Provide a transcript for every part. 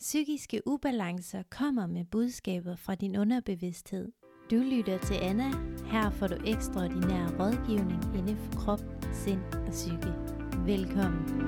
Psykiske ubalancer kommer med budskaber fra din underbevidsthed. Du lytter til Anna. Her får du ekstraordinær rådgivning inden for krop, sind og psyke. Velkommen.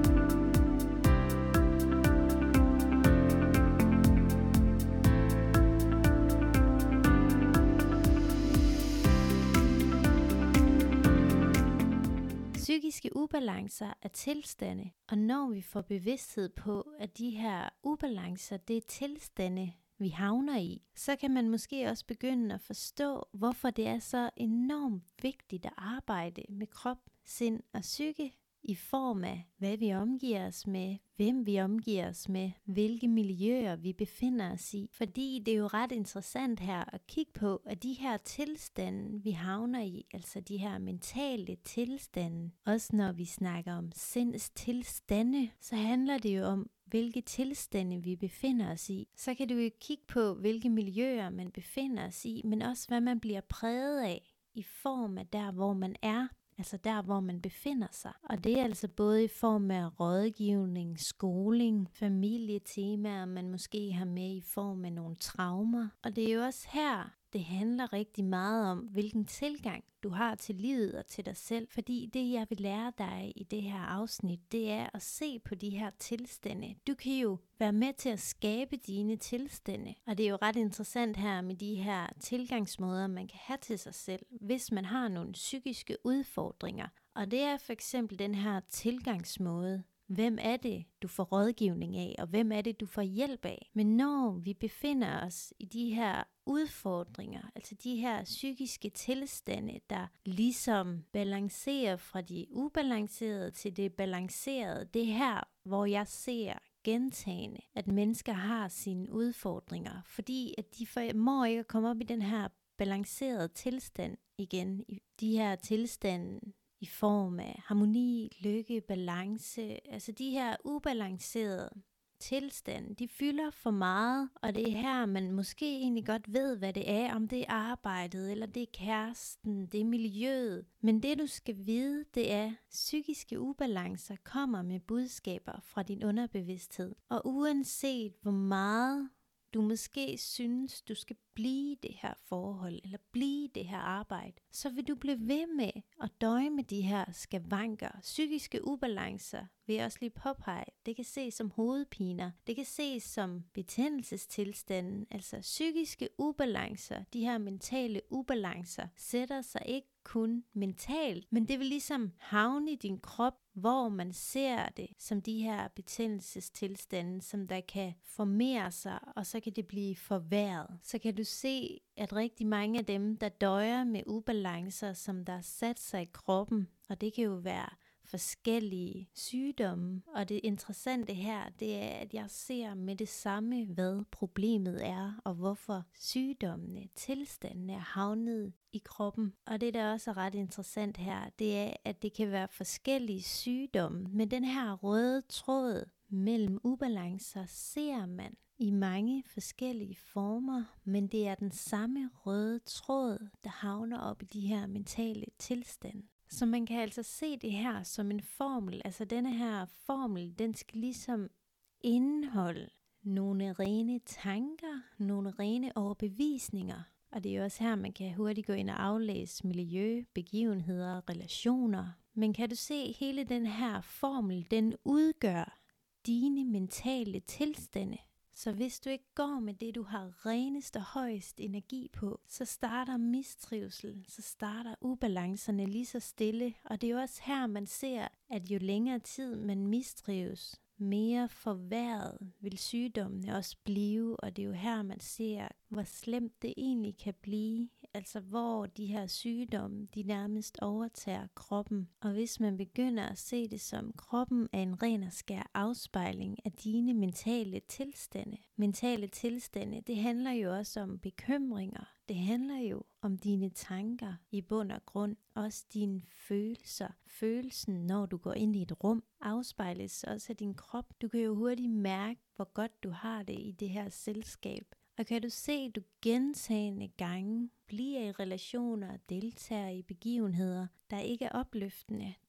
Psykiske ubalancer er tilstande, og når vi får bevidsthed på, at de her ubalancer, det er tilstande, vi havner i, så kan man måske også begynde at forstå, hvorfor det er så enormt vigtigt at arbejde med krop, sind og psyke, i form af, hvad vi omgiver os med, hvem vi omgiver os med, hvilke miljøer vi befinder os i. Fordi det er jo ret interessant her at kigge på, at de her tilstande, vi havner i, altså de her mentale tilstande, også når vi snakker om sindstilstande, så handler det jo om, hvilke tilstande vi befinder os i. Så kan du jo kigge på, hvilke miljøer man befinder sig i, men også hvad man bliver præget af i form af der, hvor man er. Altså der, hvor man befinder sig. Og det er altså både i form af rådgivning, skoling, familietemaer, man måske har med i form af nogle traumer. Og det er jo også her, det handler rigtig meget om, hvilken tilgang du har til livet og til dig selv. Fordi det, jeg vil lære dig i det her afsnit, det er at se på de her tilstande. Du kan jo være med til at skabe dine tilstande. Og det er jo ret interessant her med de her tilgangsmåder, man kan have til sig selv, hvis man har nogle psykiske udfordringer. Og det er for eksempel den her tilgangsmåde. Hvem er det, du får rådgivning af, og hvem er det, du får hjælp af? Men når vi befinder os i de her udfordringer, altså de her psykiske tilstande, der ligesom balancerer fra de ubalancerede til det balancerede, det er her, hvor jeg ser gentagende, at mennesker har sine udfordringer, fordi at de formår ikke at komme op i den her balancerede tilstand igen, i de her tilstande, i form af harmoni, lykke, balance. Altså de her ubalancerede tilstande, de fylder for meget, og det er her, man måske egentlig godt ved, hvad det er, om det er arbejdet, eller det er kæresten, det er miljøet. Men det du skal vide, det er, psykiske ubalancer kommer med budskaber fra din underbevidsthed. Og uanset hvor meget du måske synes, du skal blive det her forhold, eller blive det her arbejde, så vil du blive ved med at døje med de her skavanker. Psykiske ubalancer vil jeg også lige påpege. Det kan ses som hovedpiner. Det kan ses som betændelsestilstanden. Altså psykiske ubalancer, de her mentale ubalancer, sætter sig ikke kun mentalt, men det vil ligesom havne i din krop, hvor man ser det som de her betændelsestilstande, som der kan formere sig, og så kan det blive forværret. Så kan du se, at rigtig mange af dem, der døjer med ubalancer, som der er sat sig i kroppen, og det kan jo være forskellige sygdomme. Og det interessante her, det er, at jeg ser med det samme, hvad problemet er, og hvorfor sygdommene, tilstandene er havnet i kroppen. Og det, der også er ret interessant her, det er, at det kan være forskellige sygdomme. Men den her røde tråd mellem ubalancer ser man i mange forskellige former, men det er den samme røde tråd, der havner op i de her mentale tilstande. Så man kan altså se det her som en formel. Altså denne her formel, den skal ligesom indeholde nogle rene tanker, nogle rene overbevisninger. Og det er jo også her, man kan hurtigt gå ind og aflæse miljø, begivenheder, relationer. Men kan du se, hele den her formel, den udgør dine mentale tilstande. Så hvis du ikke går med det, du har renest og højst energi på, så starter mistrivsel, så starter ubalancerne lige så stille. Og det er jo også her, man ser, at jo længere tid man mistrives, mere forværret vil sygdommene også blive. Og det er jo her, man ser, hvor slemt det egentlig kan blive. Altså hvor de her sygdomme, de nærmest overtager kroppen. Og hvis man begynder at se det som kroppen er en ren og skær afspejling af dine mentale tilstande. Mentale tilstande, det handler jo også om bekymringer. Det handler jo om dine tanker i bund og grund. Også dine følelser. Følelsen, når du går ind i et rum, afspejles også af din krop. Du kan jo hurtigt mærke, hvor godt du har det i det her selskab. Og kan du se, at du gentagende gange bliver i relationer og deltager i begivenheder, der ikke er opløftende, der ikke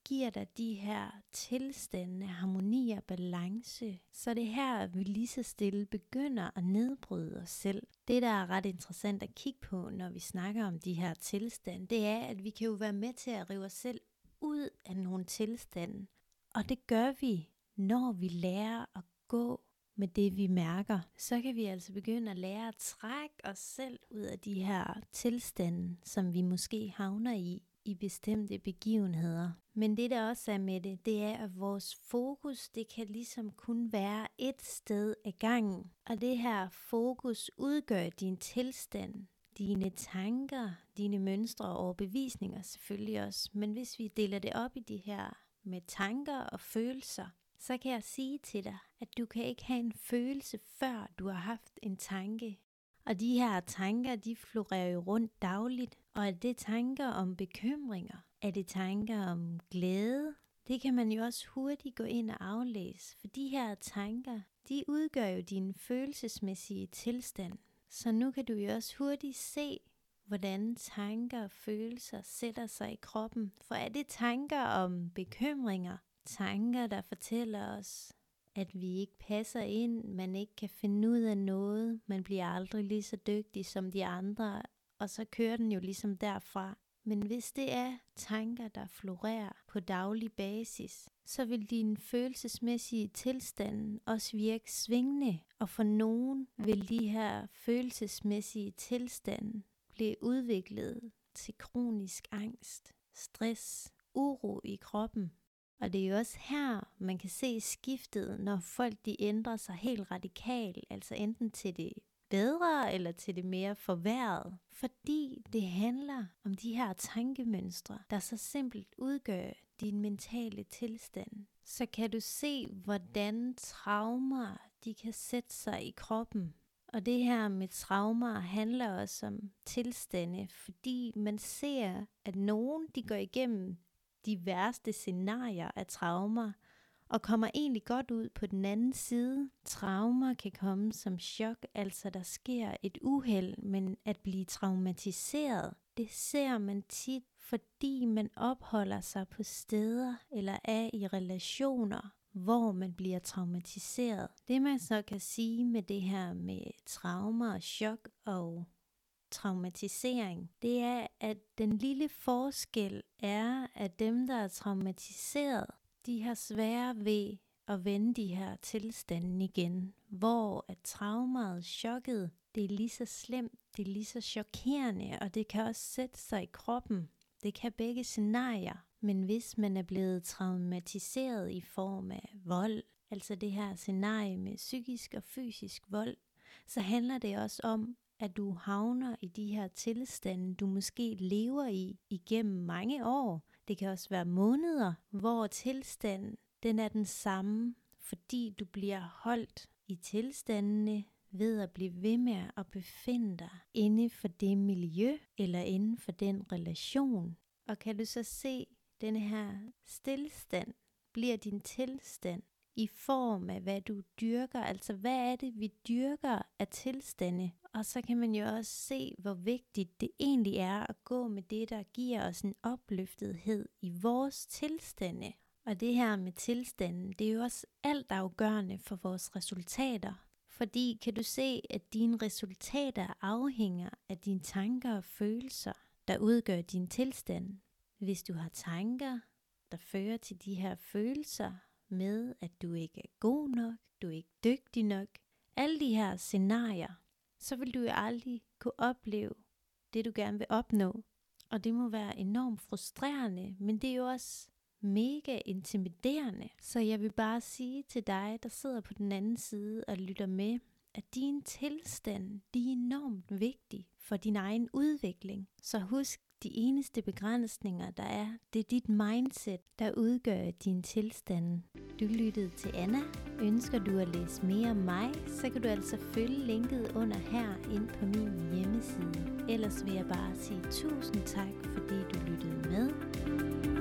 giver dig de her tilstande, harmoni og balance, så det her, vi lige så stille begynder at nedbryde os selv. Det, der er ret interessant at kigge på, når vi snakker om de her tilstande, det er, at vi kan jo være med til at rive os selv ud af nogle tilstande. Og det gør vi, når vi lærer at gå med det, vi mærker. Så kan vi altså begynde at lære at trække os selv ud af de her tilstande, som vi måske havner i bestemte begivenheder. Men det, der også er med det er, at vores fokus, det kan ligesom kun være et sted ad gangen. Og det her fokus udgør din tilstand, dine tanker, dine mønstre og overbevisninger selvfølgelig også. Men hvis vi deler det op i de her med tanker og følelser, så kan jeg sige til dig, at du kan ikke have en følelse, før du har haft en tanke. Og de her tanker, de florerer jo rundt dagligt. Og er det tanker om bekymringer? Er det tanker om glæde? Det kan man jo også hurtigt gå ind og aflæse. For de her tanker, de udgør jo din følelsesmæssige tilstand. Så nu kan du jo også hurtigt se, hvordan tanker og følelser sætter sig i kroppen. For er det tanker om bekymringer? Tanker, der fortæller os, at vi ikke passer ind, man ikke kan finde ud af noget, man bliver aldrig lige så dygtig som de andre, og så kører den jo ligesom derfra. Men hvis det er tanker, der florerer på daglig basis, så vil din følelsesmæssige tilstand også virke svingende, og for nogen vil de her følelsesmæssige tilstande blive udviklet til kronisk angst, stress, uro i kroppen. Og det er jo også her, man kan se skiftet, når folk de ændrer sig helt radikalt, altså enten til det bedre eller til det mere forværret. Fordi det handler om de her tankemønstre, der så simpelt udgør din mentale tilstand. Så kan du se, hvordan traumer de kan sætte sig i kroppen. Og det her med traumer handler også om tilstande, fordi man ser, at nogen de går igennem de værste scenarier af traumer, og kommer egentlig godt ud på den anden side. Traumer kan komme som chok, altså der sker et uheld, men at blive traumatiseret, det ser man tit, fordi man opholder sig på steder eller er i relationer, hvor man bliver traumatiseret. Det man så kan sige med det her med traumer, chok og traumatisering, det er, at den lille forskel er, at dem, der er traumatiseret, de har svære ved at vende de her tilstande igen, hvor at traumet, chokket, det er lige så slemt, det er lige så chokerende, og det kan også sætte sig i kroppen. Det kan begge scenarier, men hvis man er blevet traumatiseret i form af vold, altså det her scenarie med psykisk og fysisk vold, så handler det også om, at du havner i de her tilstande, du måske lever i igennem mange år. Det kan også være måneder, hvor tilstanden den er den samme, fordi du bliver holdt i tilstandene ved at blive ved med at befinde dig inde for det miljø eller inden for den relation. Og kan du så se, denne her stillestand bliver din tilstand i form af, hvad du dyrker. Altså, hvad er det, vi dyrker af tilstande? Og så kan man jo også se, hvor vigtigt det egentlig er at gå med det, der giver os en opløftethed i vores tilstande. Og det her med tilstanden, det er jo også altafgørende for vores resultater. Fordi kan du se, at dine resultater afhænger af dine tanker og følelser, der udgør din tilstand. Hvis du har tanker, der fører til de her følelser med, at du ikke er god nok, du er ikke dygtig nok, alle de her scenarier, så vil du jo aldrig kunne opleve det, du gerne vil opnå. Og det må være enormt frustrerende, men det er jo også mega intimiderende. Så jeg vil bare sige til dig, der sidder på den anden side og lytter med, at din tilstand, de er enormt vigtig for din egen udvikling. Så husk, de eneste begrænsninger, der er, det er dit mindset, der udgør din tilstand. Du lyttede til Anna. Ønsker du at læse mere om mig, så kan du altså følge linket under her ind på min hjemmeside. Ellers vil jeg bare sige tusind tak, fordi du lyttede med.